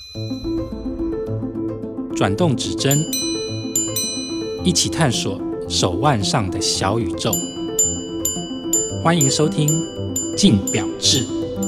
转动指针，一起探索手腕上的小宇宙。欢迎收听《镜表志》。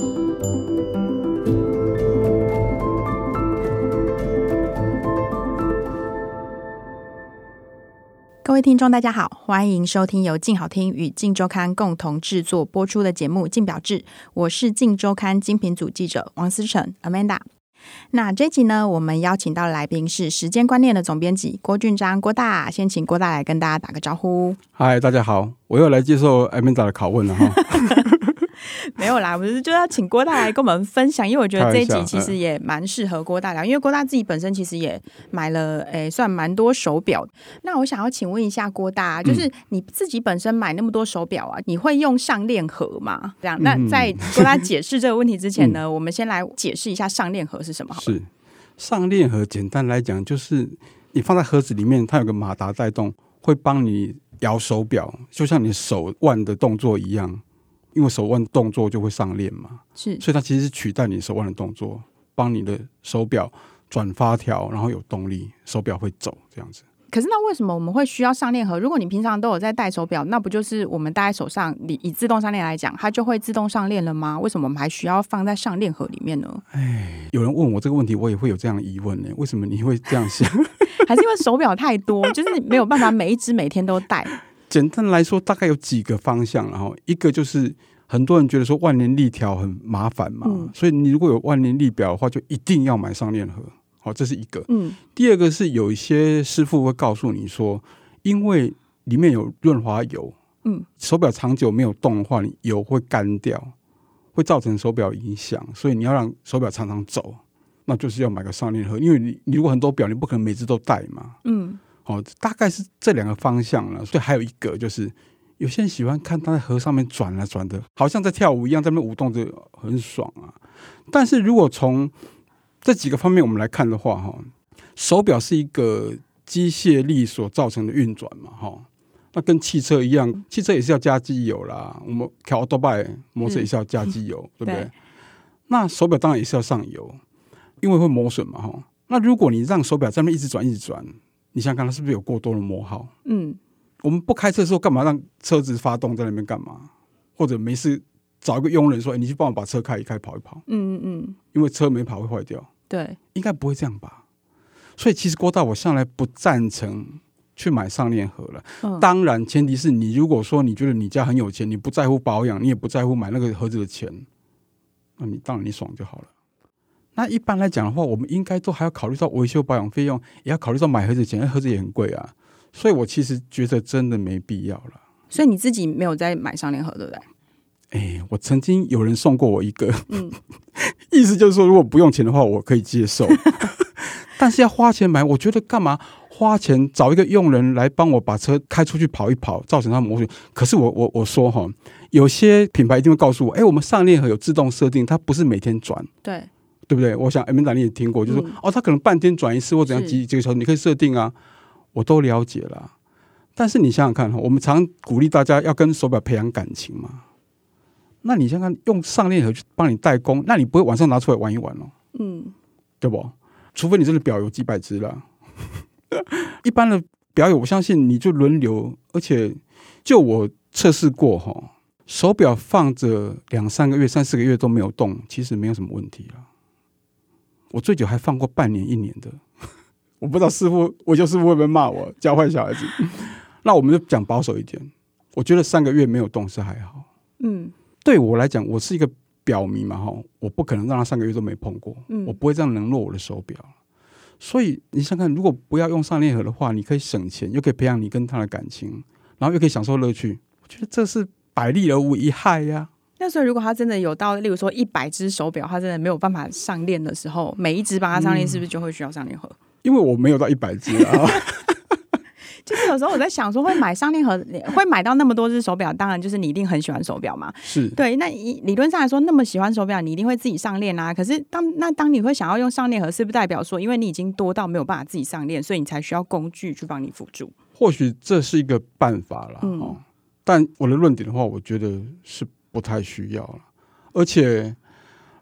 各位听众大家好，欢迎收听由镜好听与镜周刊共同制作播出的节目《镜表志》，我是镜周刊精品组记者王思成 Amanda。那这集呢，我们邀请到的来宾是时间观念的总编辑郭俊章郭大，先请郭大来跟大家打个招呼。 嗨，大家好，我又来接受 Amanda 的拷问了哈。 没有啦，我就要请郭大来跟我们分享，因为我觉得这一集其实也蛮适合郭大聊，因为郭大自己本身其实也买了算蛮多手表。那我想要请问一下郭大，就是你自己本身买那么多手表啊，你会用上链盒吗？这样，那在郭大解释这个问题之前呢，我们先来解释一下上链盒是什么好了。 是上链盒，简单来讲就是你放在盒子里面，它有个马达带动，会帮你摇手表，就像你手腕的动作一样。因为手腕动作就会上链嘛， 是， 所以它其实是取代你手腕的动作，帮你的手表转发条，然后有动力，手表会走这样子。 可是那为什么我们会需要上链盒？如果你平常都有在戴手表，那不就是我们戴在手上，以自动上链来讲，它就会自动上链了吗？为什么我们还需要放在上链盒里面呢？ 有人问我这个问题，我也会有这样的疑问呢。为什么你会这样想？ 还是因为手表太多，就是没有办法每一只每天都戴？ 简单来说，大概有几个方向，然后一个就是很多人觉得说万年历条很麻烦嘛，所以你如果有万年历表的话，就一定要买上链盒。好，这是一个。第二个是有一些师傅会告诉你说，因为里面有润滑油，手表长久没有动的话，你油会干掉，会造成手表影响，所以你要让手表常常走，那就是要买个上链盒，因为你如果很多表，你不可能每只都戴嘛。大概是这两个方向了。所以还有一个就是有些人喜欢看他在盒上面转来转的，好像在跳舞一样，在那边舞动着很爽啊。但是如果从这几个方面我们来看的话，手表是一个机械力所造成的运转嘛，那跟汽车一样，汽车也是要加机油啦，我们开奥多拜摩托车也是要加机油，对不对？那手表当然也是要上油，因为会磨损嘛。那如果你让手表在那边一直转一直转，你想想看它是不是有过多的磨耗？我们不开车的时候干嘛让车子发动在那边干嘛？或者没事找一个佣人说，你去帮我把车开一开跑一跑。因为车没跑会坏掉。对，应该不会这样吧？所以其实郭大我向来不赞成去买上链盒了。当然前提是你如果说你觉得你家很有钱，你不在乎保养，你也不在乎买那个盒子的钱，那你当然你爽就好了。那一般来讲的话，我们应该都还要考虑到维修保养费用，也要考虑到买盒子的钱，盒子也很贵啊。所以我其实觉得真的没必要了。 所以你自己没有在买上链盒，对不对？ 我曾经有人送过我一个，意思就是说如果不用钱的话我可以接受。但是要花钱买，我觉得干嘛花钱找一个佣人来帮我把车开出去跑一跑，造成它磨损。可是我说有些品牌一定会告诉我，我们上链盒有自动设定，它不是每天转，对不对？我想 Amanda 你也听过，就是说它可能半天转一次或怎样几个小时，你可以设定啊，我都了解了。但是你想想看，我们常鼓励大家要跟手表培养感情嘛。那你想想看，用上链盒去帮你代工，那你不会晚上拿出来玩一玩对不？除非你真的表有几百只了。一般的表友我相信你就轮流，而且就我测试过手表放着2-3个月3-4个月都没有动，其实没有什么问题了。我最久还放过半年1年的。我不知道维修师傅会不会骂我教坏小孩子。那我们就讲保守一点，我觉得3个月没有动是还好。对我来讲，我是一个表迷嘛，我不可能让他3个月都没碰过，我不会这样冷落我的手表。所以你想想看，如果不要用上链盒的话，你可以省钱，又可以培养你跟他的感情，然后又可以享受乐趣，我觉得这是百利而无一害呀。 那所以如果他真的有到例如说100只手表，他真的没有办法上链的时候，每一只帮他上链是不是就会需要上链盒？ 因为我没有到100只啊。 就是有时候我在想说，会买上链盒，会买到那么多只手表，当然就是你一定很喜欢手表嘛。 是对，那理论上来说，那么喜欢手表，你一定会自己上链啊。可是当你会想要用上链盒，是不是代表说，因为你已经多到没有办法自己上链，所以你才需要工具去帮你辅助？ 或许这是一个办法啦，但我的论点的话，我觉得是不太需要了。而且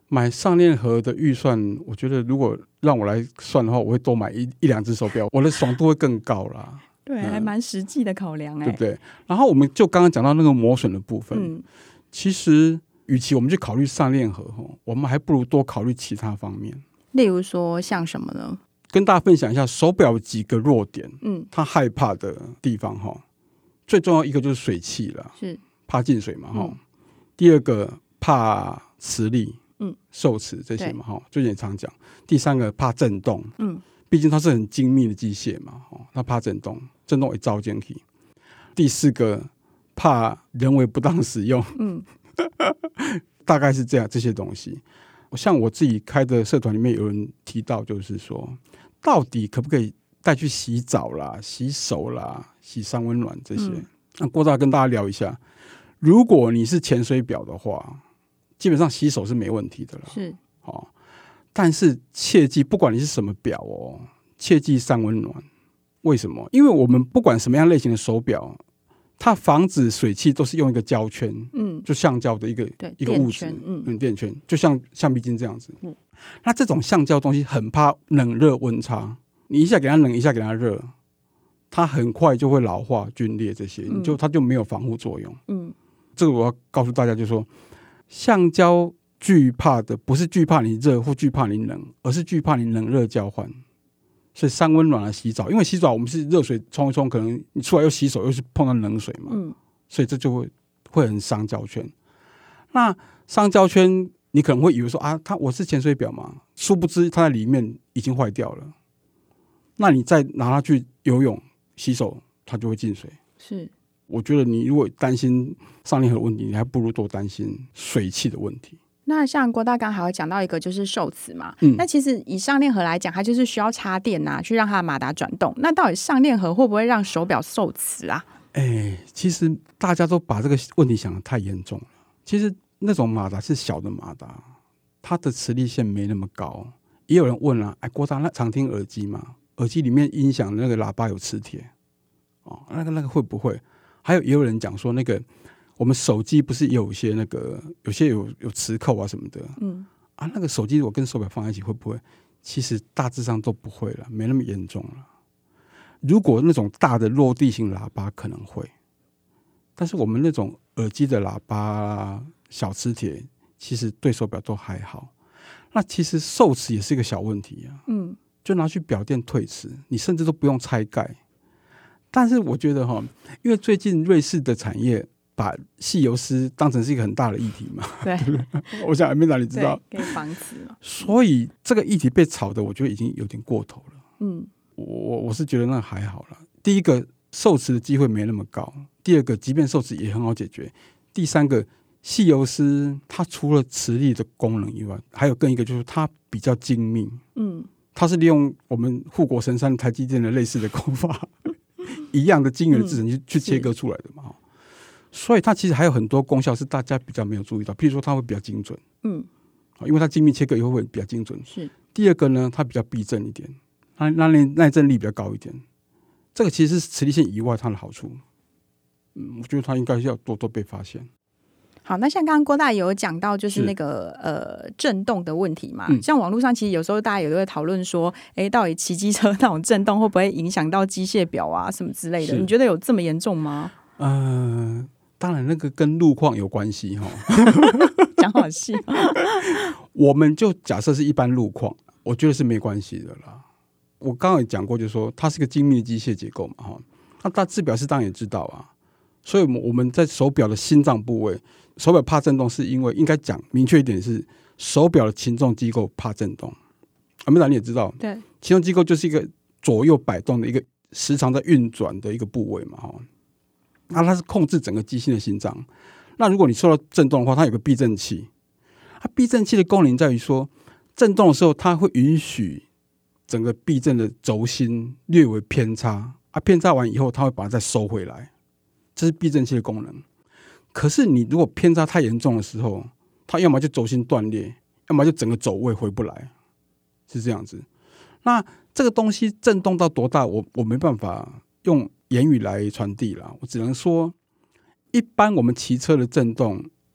买上链盒的预算，我觉得如果让我来算的话，我会多买一两只手表，我的爽度会更高啦。 对，还蛮实际的考量对不对？然后我们就刚刚讲到那个磨损的部分，其实与其我们去考虑上链盒，我们还不如多考虑其他方面。 例如说像什么呢？ 跟大家分享一下手表几个弱点，他害怕的地方最重要一个就是水汽啦，是怕进水嘛，第二个怕磁力，受磁这些嘛，最近也常讲。第三个怕震动，毕竟它是很精密的机械嘛，它怕震动，震动会造进去。第四个怕人为不当使用，大概是这样这些东西。像我自己开的社团里面有人提到，就是说到底可不可以带去洗澡啦、洗手啦、洗三温暖这些。那郭大跟大家聊一下，如果你是潜水表的话，基本上洗手是没问题的啦， 是但是切记，不管你是什么表切记三温暖。为什么？因为我们不管什么样类型的手表，它防止水汽都是用一个胶圈，就橡胶的一个物质，电圈，就像橡皮筋这样子。那这种橡胶东西很怕冷热温差，你一下给它冷，一下给它热，它很快就会老化、皲裂这些，它就没有防护作用。这个我要告诉大家，就是说，橡胶惧怕的不是惧怕你热或惧怕你冷，而是惧怕你冷热交换。所以三温暖的洗澡，因为洗澡我们是热水冲一冲，可能你出来又洗手，又是碰到冷水嘛，所以这就会很伤胶圈。那伤胶圈，你可能会以为说我是潜水表嘛，殊不知它在里面已经坏掉了。那你再拿它去游泳、洗手，它就会进水。 是， 我觉得你如果担心上链盒的问题，你还不如多担心水汽的问题。 那像郭大刚还会讲到一个就是受磁嘛，那其实以上链盒来讲，它就是需要插电去让它的马达转动。那到底上链盒会不会让手表受磁啊？ 其实大家都把这个问题想得太严重了。其实那种马达是小的马达，它的磁力线没那么高。也有人问郭大那常听耳机嘛，耳机里面音响的那个喇叭有磁铁，那个会不会？也有人讲说那个。我们手机不是有些有些有磁扣啊什么的，那个手机我跟手表放在一起会不会？其实大致上都不会了，没那么严重了。如果那种大的落地型喇叭可能会，但是我们那种耳机的喇叭小磁铁，其实对手表都还好。那其实受磁也是一个小问题啊，就拿去表店退磁，你甚至都不用拆盖。但是我觉得因为最近瑞士的产业把烯油丝当成是一个很大的议题嘛， 对， 我想Amanda你知道， 可以防磁嘛， 所以这个议题被炒的，我觉得已经有点过头了。我是觉得那还好了。第一个，受磁的机会没那么高；第二个，即便受磁也很好解决；第三个，烯油丝它除了磁力的功能以外，还有更一个就是它比较精密。它是利用我们护国神山台积电的类似的工法，一样的晶圆的制程去切割出来的嘛。所以它其实还有很多功效是大家比较没有注意到，譬如说它会比较精准，因为它精密切割以后会比较精准。是。第二个呢，它比较避震一点，它耐震力比较高一点。这个其实是磁力线以外它的好处。我觉得它应该要多多被发现。 好，那像刚刚郭大有讲到就是那个震动的问题嘛，像网络上其实有时候大家也都会讨论说，到底骑机车那种震动会不会影响到机械表啊什么之类的？你觉得有这么严重吗？ 当然那个跟路况有关系讲好细。 我们就假设是一般路况，我觉得是没关系的啦。我刚刚也讲过，就是说它是个精密的机械结构嘛，那它制表师当然也知道啊。所以我们在手表的心脏部位，手表怕震动是因为应该讲明确一点是手表的擒纵机构怕震动。Amanda你也知道， 对， 擒纵机构就是一个左右摆动的一个时常在运转的一个部位嘛，那它是控制整个机芯的心脏。那如果你受到震动的话，它有个避震器。它避震器的功能在于说，震动的时候它会允许整个避震的轴心略微偏差，偏差完以后它会把它再收回来，这是避震器的功能。可是你如果偏差太严重的时候，它要么就轴心断裂，要么就整个走位回不来，是这样子。那这个东西震动到多大，我没办法用言语来传递啦，我只能说，一般我们骑车的震动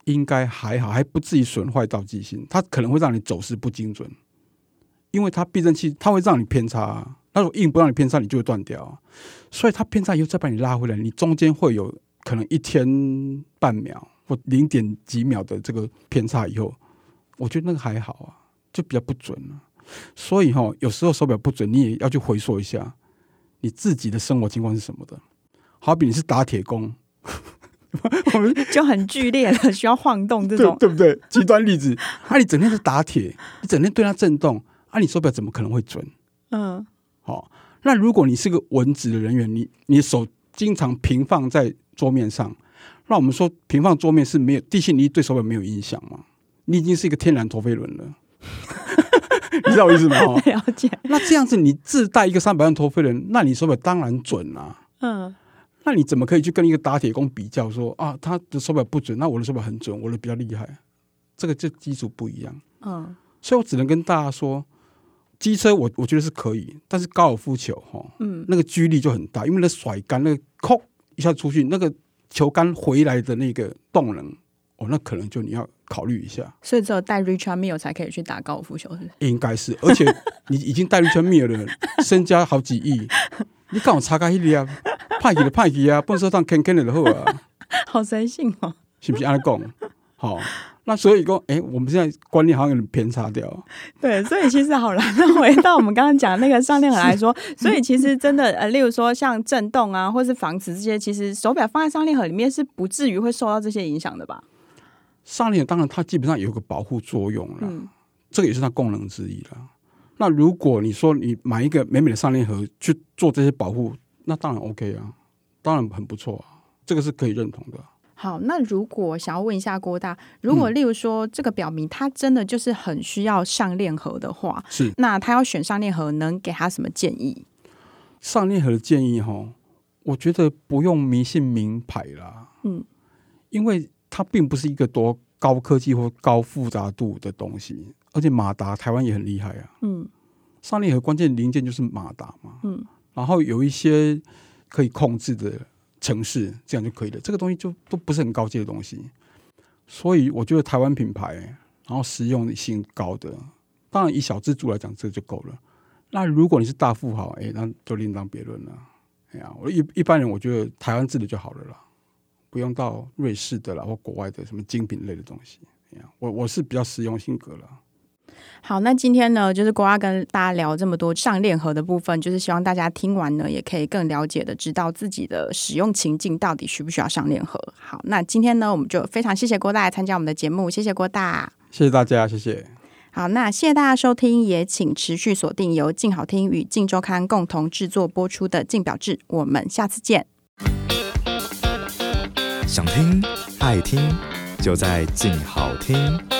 应该还好，还不至于损坏到记性。它可能会让你走势不精准，因为它避震器它会让你偏差啊，那如果硬不让你偏差，你就会断掉啊。所以它偏差以后再把你拉回来，你中间会有可能1天半秒或0点几秒的这个偏差以后，我觉得那个还好啊，就比较不准啊。所以有时候手表不准，你也要去回溯一下你自己的生活情况是什么的。好比你是打铁工我们就很剧烈的需要晃动这种， 对不对？极端例子你整天是打铁，你整天对它震动你手表怎么可能会准？那如果你是个文职的人员，你的手经常平放在桌面上，那我们说平放桌面是没有地心引力对手表没有影响吗？你已经是一个天然陀飞轮了你知道我意思吗？ 了解。 那这样子你自带一个300万陀飞轮，那你手表当然准啊。那你怎么可以去跟一个打铁工比较说啊，他的手表不准，那我的手表很准，我的比较厉害？这个就基础不一样。所以我只能跟大家说，机车我觉得是可以，但是高尔夫球那个居力就很大，因为那甩杆那个扣一下出去，那个球杆回来的那个动能那可能就你要考虑一下。 所以只有带 Richard Mille 才可以去打高尔夫球，是不是？ 应该是，而且你已经带 Richard Mille 了，身家好几亿，你刚好插开一粒啊，派去啊，蹦车上坑坑的就好啊。 好随性哦， 是不是这样讲？好，那所以说，我们现在观念好像有点偏差掉。 对，所以其实好了，那回到我们刚刚讲那个上链盒来说，所以其实真的例如说像震动啊，或是防磁这些，其实手表放在上链盒里面是不至于会受到这些影响的吧？ 上链盒当然它基本上有个保护作用啦，这个也是它功能之一啦。那如果你说你买一个美美的上链盒去做这些保护，那当然 OK 啊，当然很不错啊，这个是可以认同的。 好，那如果想要问一下郭大，如果例如说这个表迷他真的就是很需要上链盒的话， 是那他要选上链盒，能给他什么建议？ 上链盒的建议我觉得不用迷信名牌啦，因为它并不是一个多高科技或高复杂度的东西，而且马达台湾也很厉害啊，上链盒关键零件就是马达嘛，然后有一些可以控制的程式，这样就可以了。这个东西就都不是很高阶的东西，所以我觉得台湾品牌，然后实用性高的，当然以小资族来讲，这就够了。那如果你是大富豪，那就另当别论了。我一般人我觉得台湾制的就好了啦，不用到瑞士的啦或国外的什么精品类的东西。我是比较实用性格啦。 好，那今天呢，就是郭大跟大家聊这么多上链盒的部分，就是希望大家听完呢，也可以更了解的知道自己的使用情境到底需不需要上链盒。好，那今天呢，我们就非常谢谢郭大来参加我们的节目，谢谢郭大， 谢谢大家，谢谢。 好，那谢谢大家收听，也请持续锁定由静好听与静周刊共同制作播出的静表志，我们下次见。 想听爱听，就在静好听。